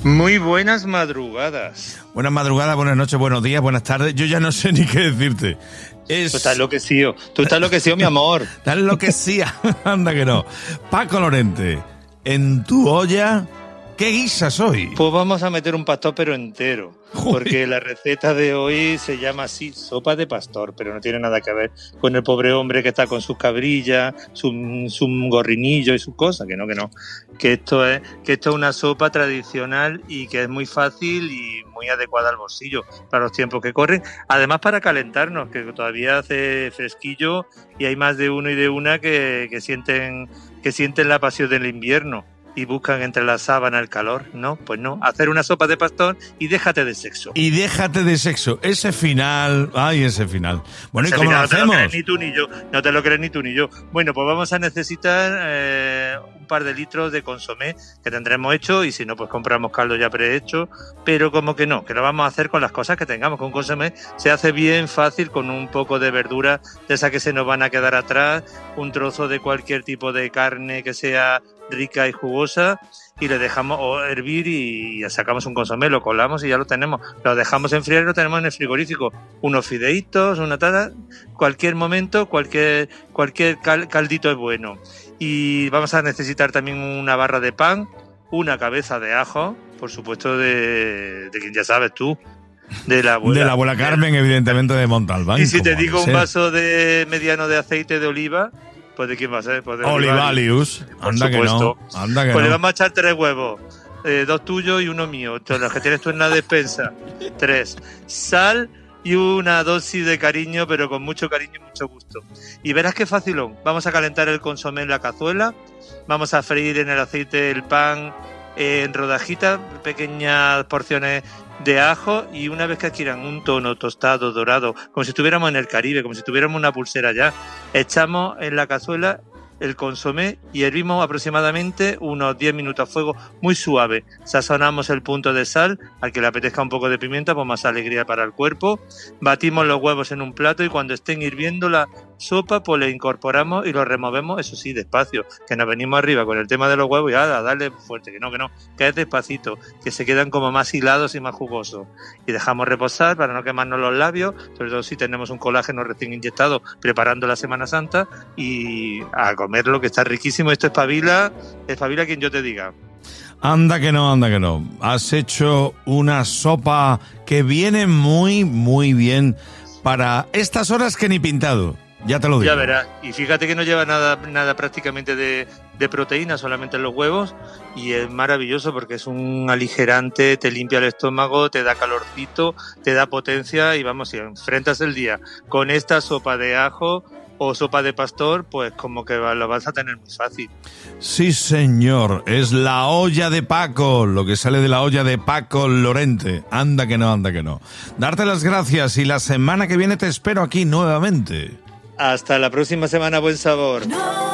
Muy buenas madrugadas. Buenas madrugadas, buenas noches, buenos días, buenas tardes. Yo ya no sé ni qué decirte. Tú estás enloquecido, mi amor. Estás enloquecida, anda que no. Paco Lorente, en tu olla, ¿qué guisas hoy? Pues vamos a meter un pastor pero entero. Porque la receta de hoy se llama así, sopa de pastor, pero no tiene nada que ver con el pobre hombre que está con sus cabrillas, su gorrinillo y sus cosas, que no. Que esto es una sopa tradicional y que es muy fácil y muy adecuada al bolsillo para los tiempos que corren. Además para calentarnos, que todavía hace fresquillo y hay más de uno y de una que sienten la pasión del invierno. Y buscan entre la sábana el calor. No, pues no. Hacer una sopa de pastor y déjate de sexo. Ese final. Ay, ese final. Bueno, ese ¿y cómo final lo hacemos? No te lo crees ni tú ni yo. Bueno, pues vamos a necesitar un par de litros de consomé que tendremos hecho. Y si no, pues compramos caldo ya prehecho. Pero como que no, que lo vamos a hacer con las cosas que tengamos. Con consomé se hace bien fácil con un poco de verdura de esas que se nos van a quedar atrás. Un trozo de cualquier tipo de carne que sea rica y jugosa y le dejamos hervir y ya sacamos un consomé, lo colamos y ya lo tenemos. Lo dejamos enfriar y lo tenemos en el frigorífico. Unos fideitos, una taza, cualquier momento, cualquier caldito es bueno. Y vamos a necesitar también una barra de pan, una cabeza de ajo, por supuesto de quien ya sabes tú, de la abuela Carmen, evidentemente de Montalbán. Y si te digo un vaso mediano de aceite de oliva, pues ¿de quién va a ser? Pues de Olivalius. Anda que no. Pues le vamos a echar 3 huevos. 2 tuyos y 1 mío. Los que tienes tú en la despensa. 3. Sal y una dosis de cariño, pero con mucho cariño y mucho gusto. Y verás qué facilón. Vamos a calentar el consomé en la cazuela. Vamos a freír en el aceite el pan en rodajitas, pequeñas porciones de ajo, y una vez que adquieran un tono tostado, dorado, como si estuviéramos en el Caribe, como si tuviéramos una pulsera ya, echamos en la cazuela el consomé y hervimos aproximadamente unos 10 minutos a fuego muy suave. Sazonamos el punto de sal, al que le apetezca un poco de pimienta, pues más alegría para el cuerpo. Batimos los huevos en un plato y cuando estén hirviendo la sopa, pues le incorporamos y lo removemos, eso sí, despacio, que nos venimos arriba con el tema de los huevos y a darle fuerte, que es despacito, que se quedan como más hilados y más jugosos. Y dejamos reposar para no quemarnos los labios, sobre todo si tenemos un colágeno recién inyectado preparando la Semana Santa, y a comerlo, que está riquísimo. Esto espabila quien yo te diga. Anda que no. Has hecho una sopa que viene muy, muy bien para estas horas que ni pintado. Ya te lo digo. Ya verás. Y fíjate que no lleva nada prácticamente de proteína, solamente en los huevos. Y es maravilloso porque es un aligerante, te limpia el estómago, te da calorcito, te da potencia. Y vamos, si enfrentas el día con esta sopa de ajo o sopa de pastor, pues como que lo vas a tener muy fácil. Sí, señor, es la olla de Paco, lo que sale de la olla de Paco Lorente. Anda que no. Darte las gracias y la semana que viene te espero aquí nuevamente. Hasta la próxima semana, buen sabor. No.